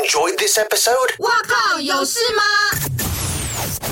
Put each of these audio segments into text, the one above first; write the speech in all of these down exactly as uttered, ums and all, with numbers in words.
enjoyed this episode? 哇靠，有事吗？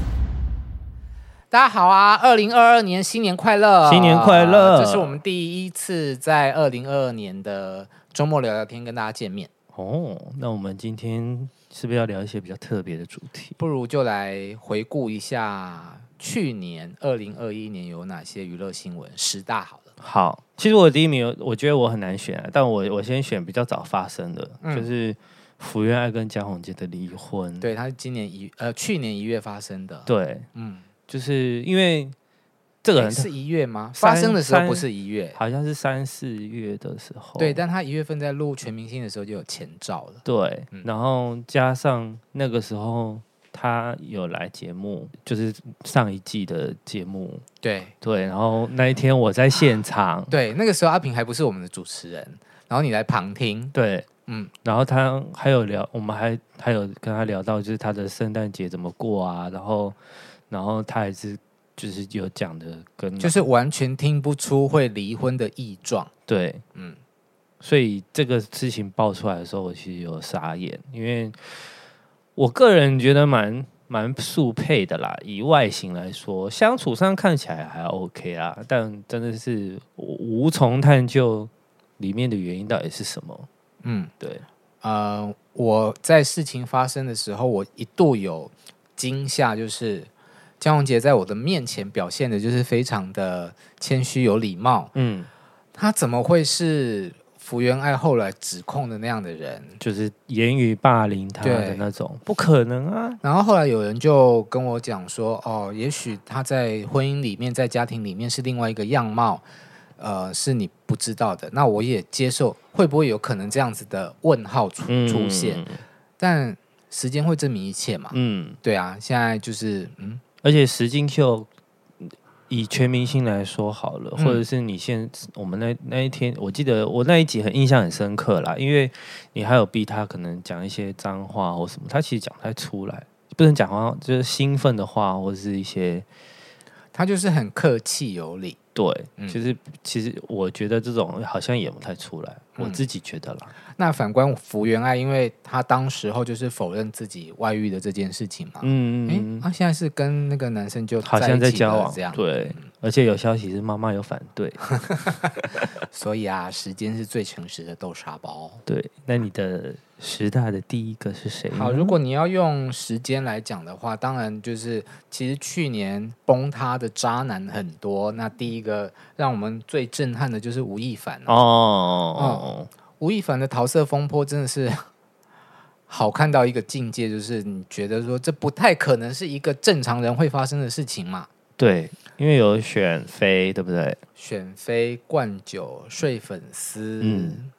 大家好啊！二零二二年新年快乐！ 新年快乐！ 这是我们第一次在二零二二年的周末聊聊天跟大家见面哦。那我们今天是不是要聊一些比较特别的主题？ 不如就来回顾一下去年二零二一年有哪些娱乐新闻十大好了。 好，其实我第一名，我觉得我很难选、啊，但我我先选比较早发生的，嗯、就是福原爱跟江宏杰的离婚。 对，他是今年一呃去年一月发生的。 对， 嗯。 就是因为这个人是一月吗？发生的时候不是一月， 好像是三四月的时候。 对，但他一月份在录全明星的时候就有前兆了。 对， 嗯、 然后加上那个时候他有来节目，就是上一季的节目。 对对，然后那一天我在现场。 对，那个时候阿平还不是我们的主持人，然后你来旁听。 对，嗯，然后他还有聊，我们还还有跟他聊到，就是他的圣诞节怎么过啊，然后。然后他还是就是有讲的跟就是完全听不出会离婚的异状。 对，嗯，所以这个事情爆出来的时候，我其实有傻眼，因为我个人觉得蛮蛮速配的啦，以外形来说，相处上看起来还 OK 啦，但真的是无从探究里面的原因到底是什么。嗯，对， 呃，我在事情发生的时候，我一度有惊吓，就是。江宏杰在我的面前表现的就是非常的谦虚有礼貌，嗯，他怎么会是福原爱后来指控的那样的人？ 就是言语霸凌他的那种，不可能啊！ 然后后来有人就跟我讲说，哦，也许他在婚姻里面，在家庭里面是另外一个样貌，呃，是你不知道的。那我也接受，会不会有可能这样子的问号出出现？嗯、但时间会证明一切嘛。嗯，对啊，现在就是嗯。 而且石金秀以全明星来说好了，嗯、或者是你现我们那那一天，我记得我那一集很印象很深刻啦，因为你还有逼他可能讲一些脏话或什么，他其实讲不太出来，不能讲话就是兴奋的话或者是一些， 他就是很客气有礼。 对，嗯、其实其实我觉得这种好像演不太出来，嗯、我自己觉得啦。 那反观福原爱，因为她当时候就是否认自己外遇的这件事情嘛，嗯嗯，她、啊、现在是跟那个男生就好像在交往这样， 对，嗯、而且有消息是妈妈有反对， 所以啊，时间是最诚实的豆沙包。 对，那你的十大的第一个是谁？ 好，如果你要用时间来讲的话，当然就是其实去年崩塌的渣男很多，那第一个让我们最震撼的就是吴亦凡哦。哦嗯吴亦凡的桃色风波真的是好看到一个境界，就是你觉得说这不太可能是一个正常人会发生的事情嘛？ 对，因为有选妃，对不对？ 选妃、灌酒、睡粉丝，嗯，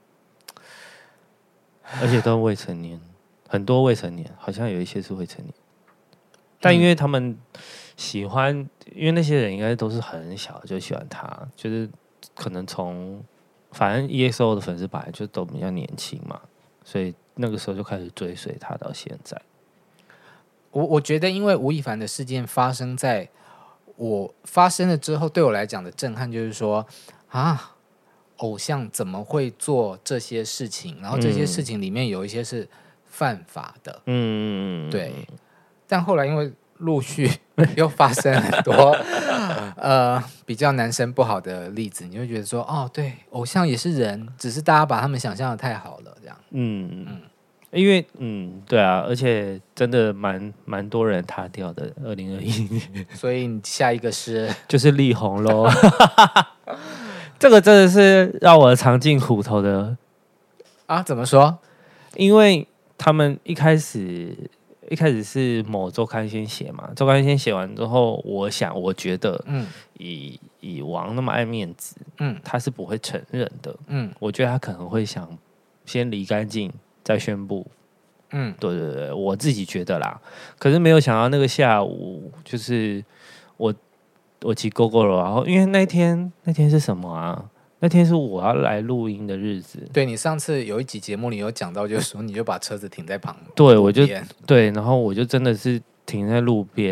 而且都未成年，很多未成年，好像有一些是未成年，但因为他们喜欢，因为那些人应该都是很小就喜欢他，就是可能从。反正 E X O 的粉丝本来就都比较年轻嘛，所以那个时候就开始追随他到现在。 我我觉得，因为吴亦凡的事件发生在我发生了之后，对我来讲的震撼就是说啊，偶像怎么会做这些事情？然后这些事情里面有一些是犯法的，嗯，对。但后来因为陆续又发生很多呃比较男生不好的例子，你会觉得说哦，对，偶像也是人，只是大家把他们想象的太好了，这样。嗯嗯，因为嗯对啊，而且真的蛮蛮多人塌掉的，二零二一年。 所以你下一个是就是力宏喽，这个真的是让我尝尽苦头的啊？怎么说？ 因为他们一开始。一开始是某周刊先写嘛，周刊先写完之后，我想，我觉得，嗯，以以王那么爱面子，嗯，他是不会承认的，嗯，我觉得他可能会想先离干净再宣布，嗯，对对对，我自己觉得啦，可是没有想到那个下午，就是我我骑 GoGo 然后因为那天那天是什么啊？那天是我要来录音的日子。 对，你上次有一集节目，你有讲到，就是说你就把车子停在旁边， 对，我就对，然后我就真的是停在路边，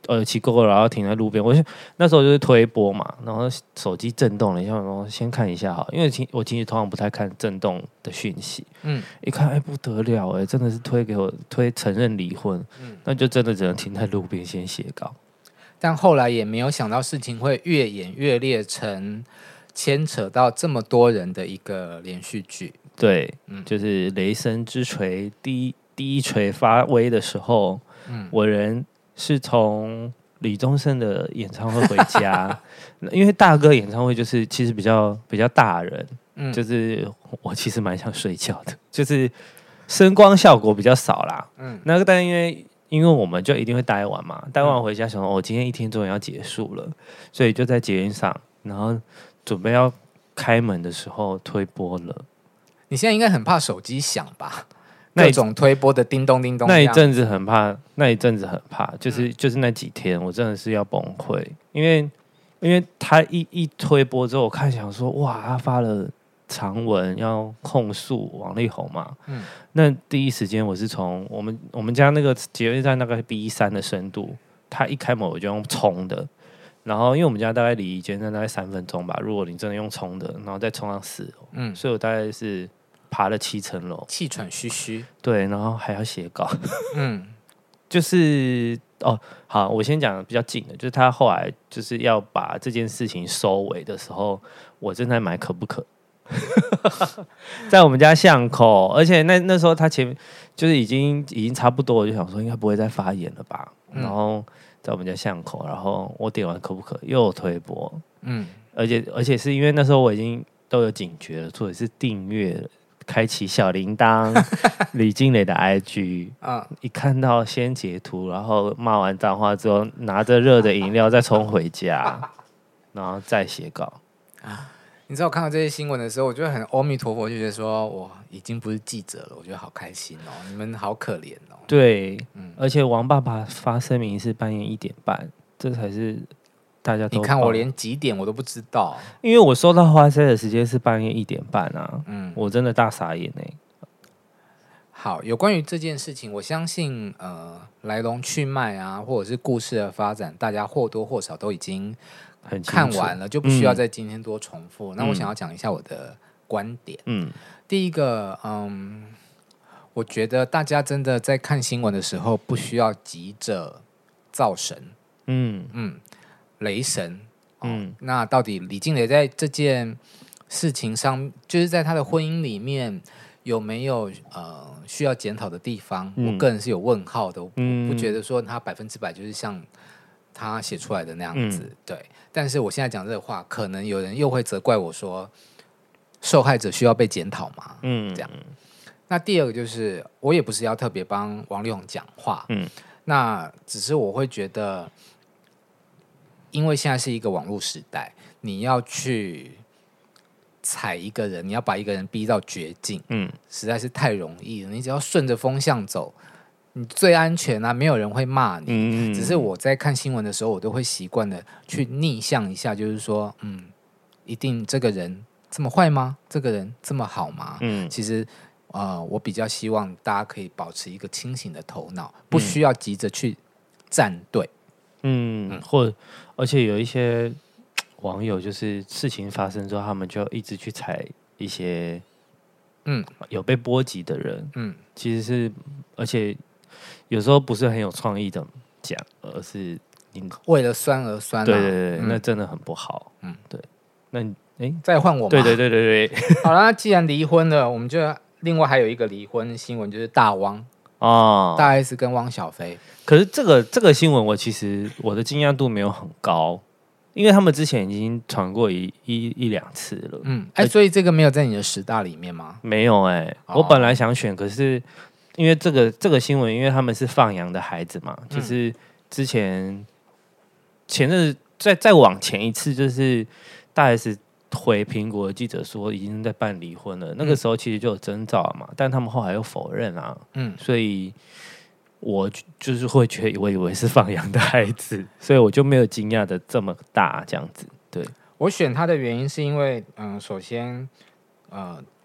呃骑 GoGo 然后停在路边，我那时候就是推播嘛，然后手机震动了一下，然后先看一下哈，因为我其实通常不太看震动的讯息，嗯，一看哎不得了哎，真的是推给我推承认离婚，嗯，那就真的只能停在路边先写稿。 但后来也没有想到事情会越演越烈，成牵扯到这么多人的一个连续剧。 对，嗯，就是雷神之锤第一第一锤发威的时候，嗯，我人是从李宗盛的演唱会回家，因为大哥演唱会就是其实比较比较大人，嗯，就是我其实蛮想睡觉的，就是声光效果比较少啦，嗯，那个但因为。因为我们就一定会待完嘛，待完回家想说，我、哦、今天一天终于要结束了，所以就在捷运上，然后准备要开门的时候推播了。 你现在应该很怕手机响吧？各种推播的叮咚叮咚。 那一阵子很怕，那一阵子很怕，就是、嗯、就是那几天，我真的是要崩溃，因为因为他一一推播之后，我看想说，哇，他发了。长文要控诉王力宏嘛？嗯，那第一时间我是从我们我们家那个捷运站大概 B 三的深度，他一开门我就用冲的，然后因为我们家大概离捷运站大概三分钟吧，如果你真的用冲的，然后再冲上四楼，嗯，所以我大概是爬了七层楼， 气喘吁吁， 对，然后还要写稿，嗯，就是哦，好，我先讲比较近的，就是他后来就是要把这件事情收尾的时候，我正在买可不可。在我们家巷口，而且那那时候他前面就是已经已经差不多，我就想说应该不会再发言了吧。嗯、然后在我们家巷口，然后我点完可不可又有推播，嗯，而且而且是因为那时候我已经都有警觉了，或者是订阅、开启小铃铛，李静蕾的 I G， 啊，一看到先截图，然后骂完脏话之后，拿着热的饮料再冲回家，然后再写稿。 你知道我看到这些新闻的时候，我就很阿弥陀佛，就觉得说我已经不是记者了，我觉得好开心哦，你们好可怜哦。 对，嗯，而且王爸爸发声明是半夜一点半，这才是大家都你看我连几点我都不知道， 因为我收到花塞的时间是半夜一点半啊，嗯，我真的大傻眼哎、欸。 好，有关于这件事情，我相信呃来龙去脉啊，或者是故事的发展，大家或多或少都已经。看完了就不需要在今天多重复。嗯、那我想要讲一下我的观点。嗯，第一个，嗯，我觉得大家真的在看新闻的时候，不需要急着造神。嗯嗯，雷神。哦、嗯，那到底李静蕾在这件事情上，就是在她的婚姻里面有没有呃需要检讨的地方？嗯、我个人是有问号的。我不觉得说她百分之百就是像。他写出来的那样子，嗯、对。但是我现在讲这个话，可能有人又会责怪我说，受害者需要被检讨嘛？嗯，这样。那第二个就是，我也不是要特别帮王力宏讲话，嗯，那只是我会觉得，因为现在是一个网络时代，你要去踩一个人，你要把一个人逼到绝境，嗯，实在是太容易了。你只要顺着风向走。你最安全啊，没有人会骂你。嗯、只是我在看新闻的时候，我都会习惯的去逆向一下，就是说，嗯，一定这个人这么坏吗？这个人这么好吗？嗯，其实，呃，我比较希望大家可以保持一个清醒的头脑，不需要急着去站队。嗯， 嗯或而且有一些网友就是事情发生之后，他们就一直去踩一些，嗯，有被波及的人。嗯，其实是而且。有时候不是很有创意的讲，而是你为了酸而酸、啊。 对对对，嗯、那真的很不好。嗯，对。那你哎， 再换我吗？ 对对对对对。 好了，那既然离婚了，我们就另外还有一个离婚新闻，就是大汪哦，大 S 跟汪小菲。 可是这个这个新闻，我其实我的惊讶度没有很高，因为他们之前已经传过一一一两次了。 嗯，哎，所以这个没有在你的十大里面吗？ 没有哎、欸，哦、我本来想选，可是。因为这个这个新闻，因为他们是放羊的孩子嘛，嗯、就是之前前阵子再再往前一次，就是大 S 回苹果的记者说已经在办离婚了，嗯、那个时候其实就有征兆嘛，但他们后来又否认啊，嗯，所以我就是会觉得我以为是放羊的孩子，所以我就没有惊讶的这么大这样子。对， 我选他的原因是因为，嗯，首先，呃。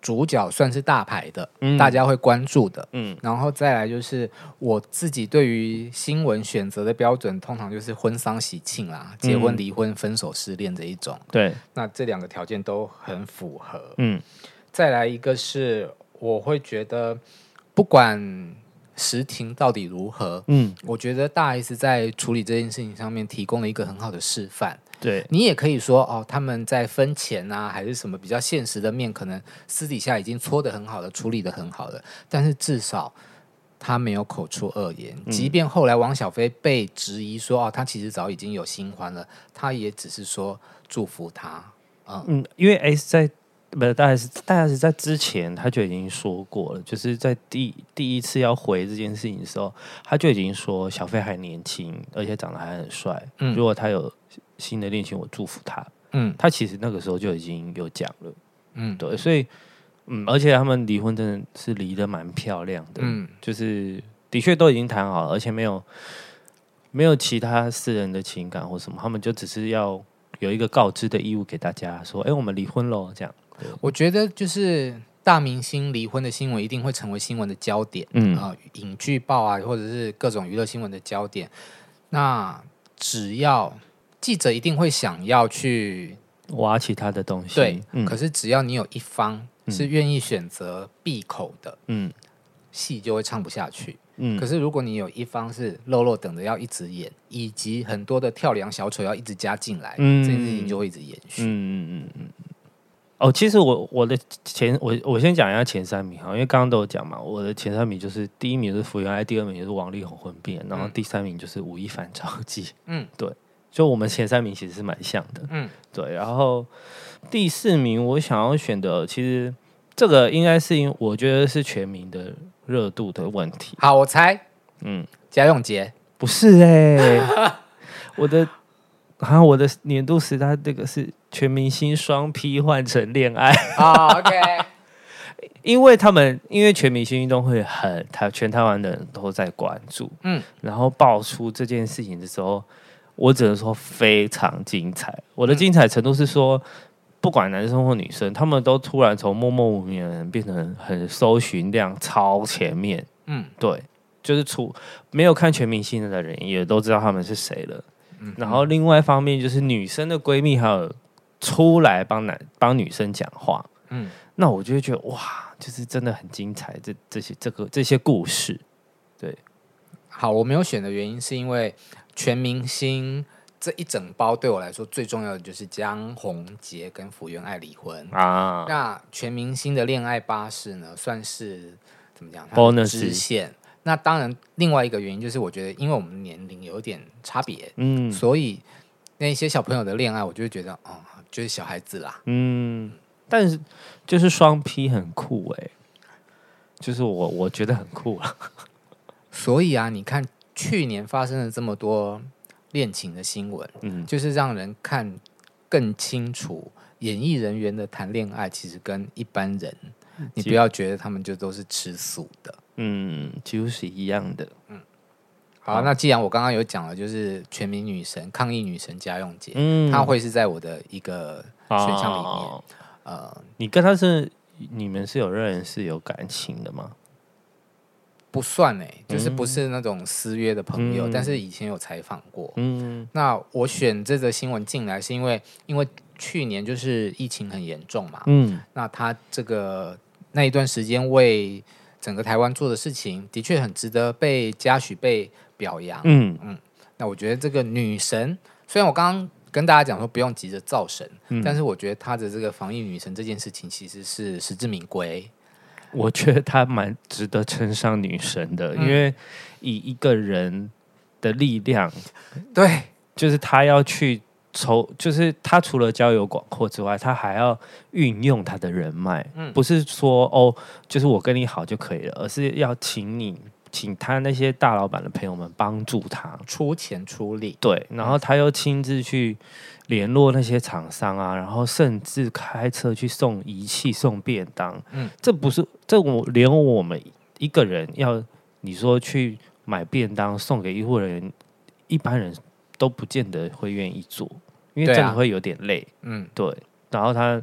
主角算是大牌的，嗯、大家会关注的。嗯，然后再来就是我自己对于新闻选择的标准，通常就是婚丧喜庆啦，嗯、结婚、离婚、分手、失恋这一种。 对， 那这两个条件都很符合。 嗯， 再来一个是，我会觉得不管实情到底如何，嗯，我觉得大 S 在处理这件事情上面提供了一个很好的示范。 对， 你也可以说哦，他们在分钱啊，还是什么比较现实的面，可能私底下已经搓得很好了，处理得很好了，但是至少他没有口出恶言。嗯、即便后来王小飞被质疑说哦，他其实早已经有新欢了，他也只是说祝福他。嗯， 嗯因为 S 在不是大 S， 大 S 在之前他就已经说过了，就是在第第一次要回这件事情的时候，他就已经说小飞还年轻，而且长得还很帅。嗯，如果他有新的恋情，我祝福他。嗯，他其实那个时候就已经有讲了。嗯，对，所以嗯，而且他们离婚真的是离得蛮漂亮的。嗯，就是的确都已经谈好了，而且没有没有其他私人的情感或什么，他们就只是要有一个告知的义务给大家，说，哎、欸，我们离婚喽，这样。 我觉得就是大明星离婚的新闻一定会成为新闻的焦点，嗯啊、呃，影剧报啊，或者是各种娱乐新闻的焦点。那只要记者一定会想要去挖其他的东西， 对，嗯、可是只要你有一方是愿意选择闭口的，嗯，戏就会唱不下去。嗯，可是如果你有一方是漏漏等着要一直演，以及很多的跳梁小丑要一直加进来，嗯、这件事情就会一直延续。嗯嗯嗯嗯。哦，其实我我的前我我先讲一下前三名哈，因为刚刚都有讲嘛，我的前三名就是第一名就是福原爱，第二名就是王力宏婚变，然后第三名就是吴亦凡招妓。嗯，对，就我们前三名其实是蛮像的。嗯，对，然后第四名我想要选的，其实这个应该是因为我觉得是全民的热度的问题。 好，我猜，嗯，贾永杰不是哎、欸，我的。啊，我的年度十大这个是全明星双 P 换成恋爱啊、oh, ，OK， 因为他们因为全明星运动会很台全台湾的人都在关注，嗯，然后爆出这件事情的时候，我只能说非常精彩。我的精彩程度是说，不管男生或女生，他们都突然从默默无名的人变成很搜寻量超前面，嗯，对，就是出没有看全明星的人也都知道他们是谁了。然后另外一方面就是女生的闺蜜还有出来帮男帮女生讲话，嗯，那我就会觉得哇，就是真的很精彩，这这些这个这些故事，对。 好，我没有选的原因是因为全明星这一整包对我来说最重要的就是江宏杰跟福原爱离婚啊。那全明星的恋爱巴士呢，算是怎么讲？它的支线。那当然，另外一个原因就是，我觉得因为我们年龄有点差别，嗯，所以那些小朋友的恋爱，我就会觉得，哦，就是小孩子啦， 嗯，但是就是双 P 很酷哎、欸，就是我我觉得很酷啊。 所以啊，你看去年发生了这么多恋情的新闻，嗯，就是让人看更清楚演艺人员的谈恋爱，其实跟一般人，你不要觉得他们就都是吃素的。 嗯，几乎是一样的。嗯， 好，那既然我刚刚有讲了，就是全民女神、抗疫女神贾永杰，嗯，她会是在我的一个选项里面。哦、 呃，你跟她是你们是有认识、有感情的吗？ 不算哎、欸，就是不是那种私约的朋友，嗯、但是以前有采访过。嗯，那我选这则新闻进来，是因为因为去年就是疫情很严重嘛。嗯，那她这个那一段时间为整个台湾做的事情的确很值得被嘉许、被表扬。嗯嗯，那我觉得这个女神，虽然我刚刚跟大家讲说不用急着造神，嗯、但是我觉得她的这个防疫女神这件事情其实是实至名归。 我觉得她蛮值得称上女神的，嗯、因为以一个人的力量， 对， 就是她要去。筹就是他除了交友广阔之外，他还要运用他的人脉，嗯、不是说哦，就是我跟你好就可以了，而是要请你，请他那些大老板的朋友们帮助他出钱出力， 对，然后他又亲自去联络那些厂商啊，然后甚至开车去送仪器、送便当，嗯，这不是这我连我们一个人要你说去买便当送给医护人员，一般人都不见得会愿意做。因为真的会有点累，嗯，对。然后他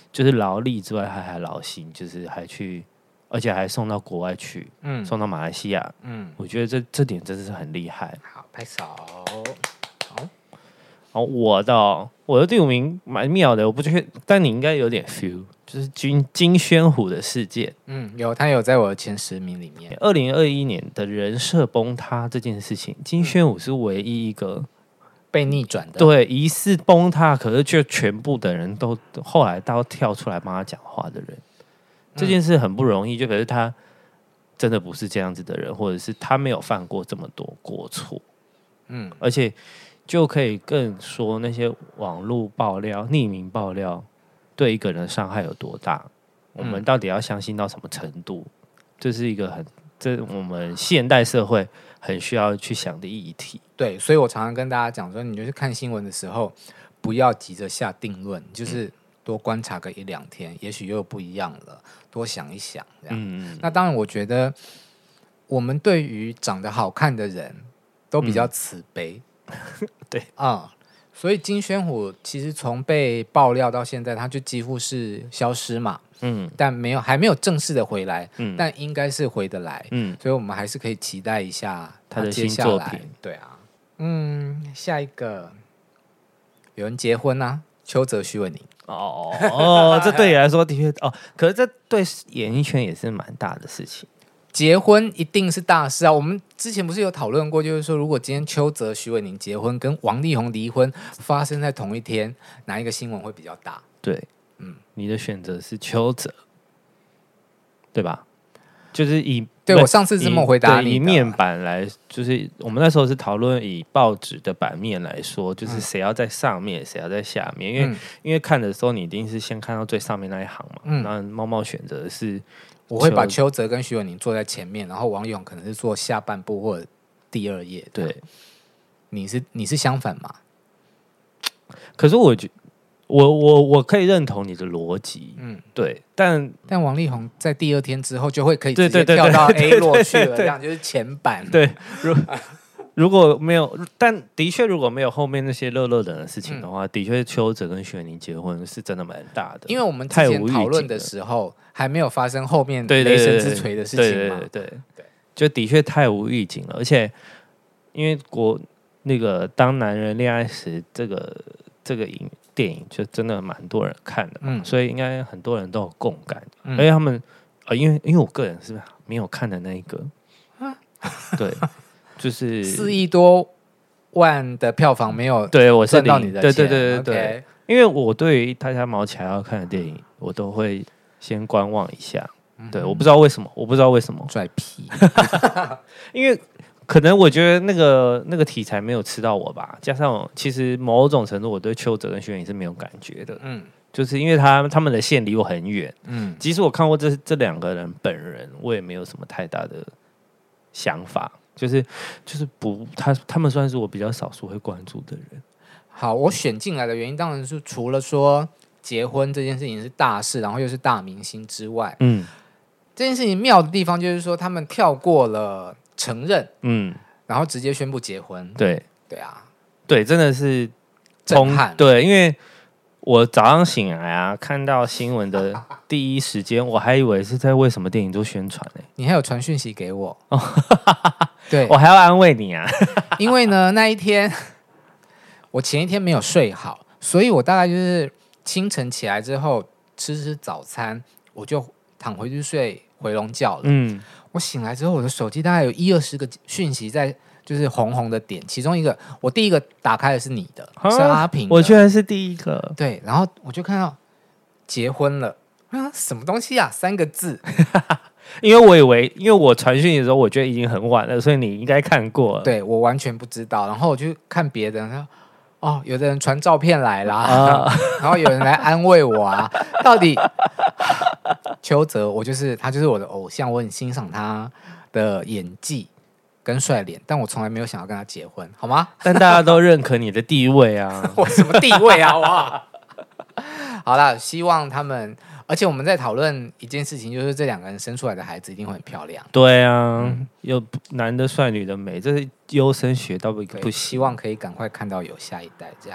就是劳力之外，他还劳心，就是还去，而且还送到国外去，嗯，送到马来西亚，嗯，我觉得这这点真的是很厉害。 好，拍手。 好，好，我的我的第五名蛮妙的，我不确，但你应该有点 feel， 就是金金宣虎的事件。 嗯，有，他有在我的前十名里面。 二零二一年的人设崩塌这件事情，金宣虎是唯一一个。 被逆转的， 对，疑似崩塌，可是却全部的人都后来都跳出来帮他讲话的人，这件事很不容易。就可是他真的不是这样子的人，或者是他没有犯过这么多过错，嗯，而且就可以更说那些网络爆料、匿名爆料对一个人的伤害有多大，我们到底要相信到什么程度？这是一个很，这我们现代社会很需要去想的议题。 对，所以我常常跟大家讲说，你就是看新闻的时候，不要急着下定论，就是多观察个一两天，也许又不一样了，多想一想这样。嗯、那当然，我觉得我们对于长得好看的人都比较慈悲， 嗯、对啊、嗯，所以金宣虎其实从被爆料到现在，他就几乎是消失嘛。嗯，但没有还没有正式的回来，嗯，但应该是回得来，嗯，所以我们还是可以期待一下他的新作品。 对啊，嗯，下一个有人结婚啊，邱泽、徐伟宁。 哦哦，这对你来说的确哦，可是这对演艺圈也是蛮大的事情。 结婚一定是大事啊！我们之前不是有讨论过，就是说，如果今天邱泽、徐伟宁结婚跟王力宏离婚发生在同一天，哪一个新闻会比较大？ 对。嗯，你的选择是邱泽，对吧？就是以对我上次这么回答你的， 以面板来，就是我们那时候是讨论以报纸的版面来说，就是谁要在上面，谁、嗯、要在下面，因为、嗯、因为看的时候你一定是先看到最上面那一行嘛。嗯，那猫猫选择的是， 我会把邱泽跟徐伟宁坐在前面，然后王力宏可能是坐下半部或者第二页。 对， 你是你是相反嘛？ 可是我觉得。我我我可以认同你的逻辑，嗯，对，但但王力宏在第二天之后就会可以直接跳到 A 落去了，这样就是前版。 对，如如果没有，但的确如果没有后面那些热热的事情的话，嗯、的确邱泽跟徐伟宁结婚是真的蛮大的。 因为我们之前讨论的时候还没有发生后面雷神之锤的事情嘛， 对对 对, 对, 对，就的确太无预警了，而且因为国那个当男人恋爱时这个这个影。电影就真的蛮多人看的嘛、嗯，所以应该很多人都有共感。嗯、而且他们，呃，因为因为我个人是没有看的那一个，啊、对，就是四亿多万的票房没有对我是赚到你的钱， 对对对对对。Okay、因为我对于大家毛起来要看的电影，我都会先观望一下。嗯、对，我不知道为什么，我不知道为什么拽皮， 因为。可能我觉得那个那个题材没有吃到我吧，加上其实某种程度我对邱泽跟徐伟宁是没有感觉的，嗯，就是因为他他们的线离我很远，嗯，即使我看过这这两个人本人，我也没有什么太大的想法，就是就是不他他们算是我比较少数会关注的人。 好，我选进来的原因当然是除了说结婚这件事情是大事，然后又是大明星之外，嗯，这件事情妙的地方就是说他们跳过了。承认，嗯，然后直接宣布结婚， 对， 对啊， 对，真的是震撼， 对，因为我早上醒来啊，看到新闻的第一时间，我还以为是在为什么电影做宣传呢、欸。 你还有传讯息给我，对我还要安慰你啊， 因为呢那一天我前一天没有睡好，所以我大概就是清晨起来之后吃吃早餐，我就躺回去睡回笼觉了，嗯。我醒来之后，我的手机大概有一二十个讯息在，就是红红的点。其中一个，我第一个打开的是你的，啊、是阿平的， 我居然是第一个。 对，然后我就看到结婚了啊，什么东西啊？三个字。 因为我以为，因为我传讯的时候，我觉得已经很晚了，所以你应该看过了。 对，我完全不知道，然后我就看别的，他哦，有的人传照片来啦，啊、然后有人来安慰我啊，到底。邱泽，我就是他，就是我的偶像，我很欣赏他的演技跟帅脸，但我从来没有想要跟他结婚，好吗？ 但大家都认可你的地位啊， 我什么地位啊？哇！好啦，希望他们，而且我们在讨论一件事情，就是这两个人生出来的孩子一定会很漂亮。 对啊，嗯、有男的帅，女的美，这是优生学到不不， 希望可以赶快看到有下一代这样。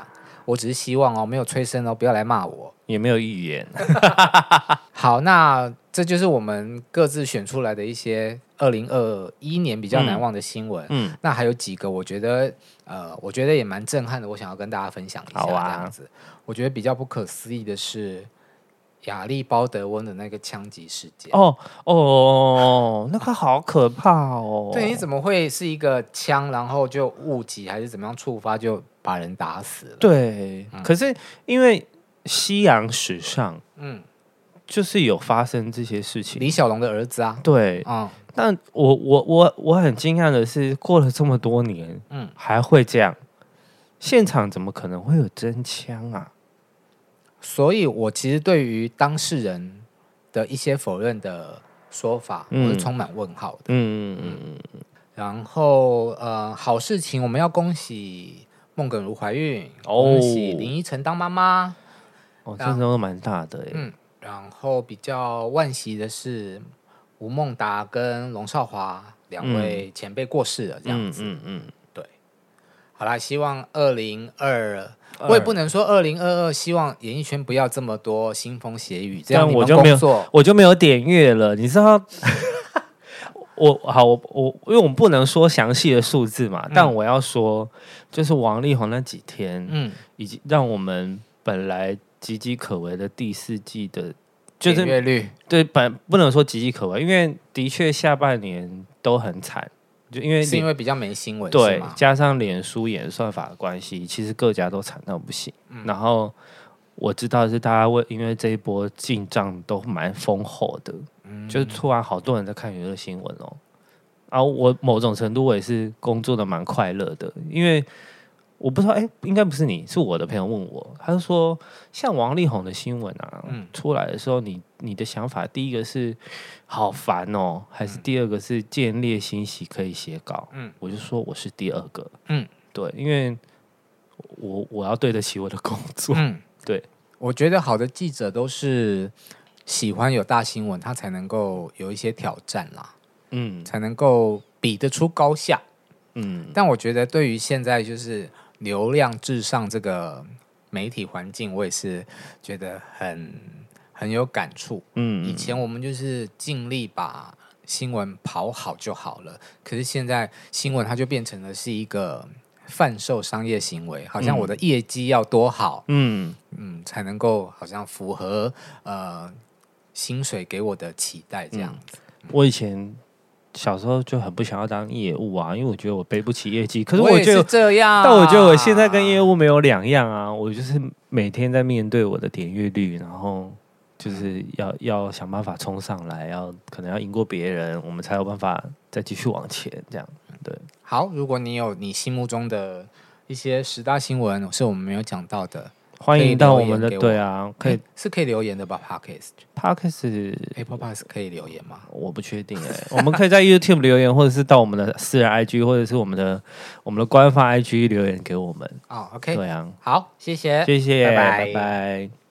我只是希望哦，没有催生哦，不要来骂我， 也没有预言。 好，那这就是我们各自选出来的一些二零二一年比较难忘的新闻。嗯，那还有几个我觉得呃，我觉得也蛮震撼的，我想要跟大家分享一下。好啊，这样子，我觉得比较不可思议的是亚历鲍德温的那个枪击事件。 哦哦，那个好可怕哦！ 对，你怎么会是一个枪，然后就误击还是怎么样触发就把人打死了？ 对，嗯、可是因为西洋史上，嗯。就是有发生这些事情， 李小龙的儿子啊， 对，嗯，但我我我我很惊讶的是，过了这么多年，嗯，还会这样，现场怎么可能会有真枪啊？ 所以，我其实对于当事人的一些否认的说法，嗯、我是充满问号的。嗯嗯嗯嗯。然后，呃，好事情，我们要恭喜孟耿如怀孕，哦、恭喜林依晨当妈妈， 哦，这都蛮大的耶，嗯。 然后比较惋惜的是，吴孟达跟龙少华两位前辈过世了，这样子。嗯嗯嗯，对。好啦，希望二零二，我也不能说二零二二，希望演艺圈不要这么多腥风血雨，这样你们工作我就没有点阅了，你知道？我好，我我因为我们不能说详细的数字嘛，嗯、但我要说，就是王力宏那几天，嗯，以及让我们本来岌岌可危的第四季的就是点阅率， 对，本不能说岌岌可危，因为的确下半年都很惨，就因为是因为比较没新闻， 对，加上脸书演算法的关系，其实各家都惨到不行。嗯、然后我知道是大家为因为这一波进账都蛮丰厚的，嗯、就是突然好多人在看娱乐新闻哦。然后我某种程度我也是工作的蛮快乐的，因为。我不知道，哎、欸，应该不是你，是我的朋友问我，他就说，像王力宏的新闻啊，嗯、出来的时候，你你的想法，第一个是好烦哦，还是第二个是见猎欣喜可以写稿？嗯，我就说我是第二个，嗯，对，因为我我要对得起我的工作，嗯，对， 我觉得好的记者都是喜欢有大新闻，他才能够有一些挑战啦，嗯，才能够比得出高下，嗯，但我觉得对于现在就是流量至上这个媒体环境，我也是觉得很很有感触。嗯，以前我们就是尽力把新闻跑好就好了，可是现在新闻它就变成了是一个贩售商业行为，好像我的业绩要多好，嗯嗯，才能够好像符合呃薪水给我的期待这样子。 嗯、我以前。小时候就很不想要当业务啊，因为我觉得我背不起业绩。可是我觉得这样， 但我觉得我现在跟业务没有两样啊。我就是每天在面对我的点阅率，然后就是要要想办法冲上来，要可能要赢过别人，我们才有办法再继续往前。这样对。 好，如果你有你心目中的一些十大新闻是我们没有讲到的。 欢迎到我们的对啊，可以是可以留言的吧 ？Podcast Podcast Apple Podcast 可以留言吗？ 我不确定哎、欸，我们可以在 YouTube 留言，或者是到我们的私人 I G， 或者是我们的我们的官方 I G 留言给我们。 哦 ，OK， 对啊， 好，谢谢， 谢谢， 拜拜。 拜拜。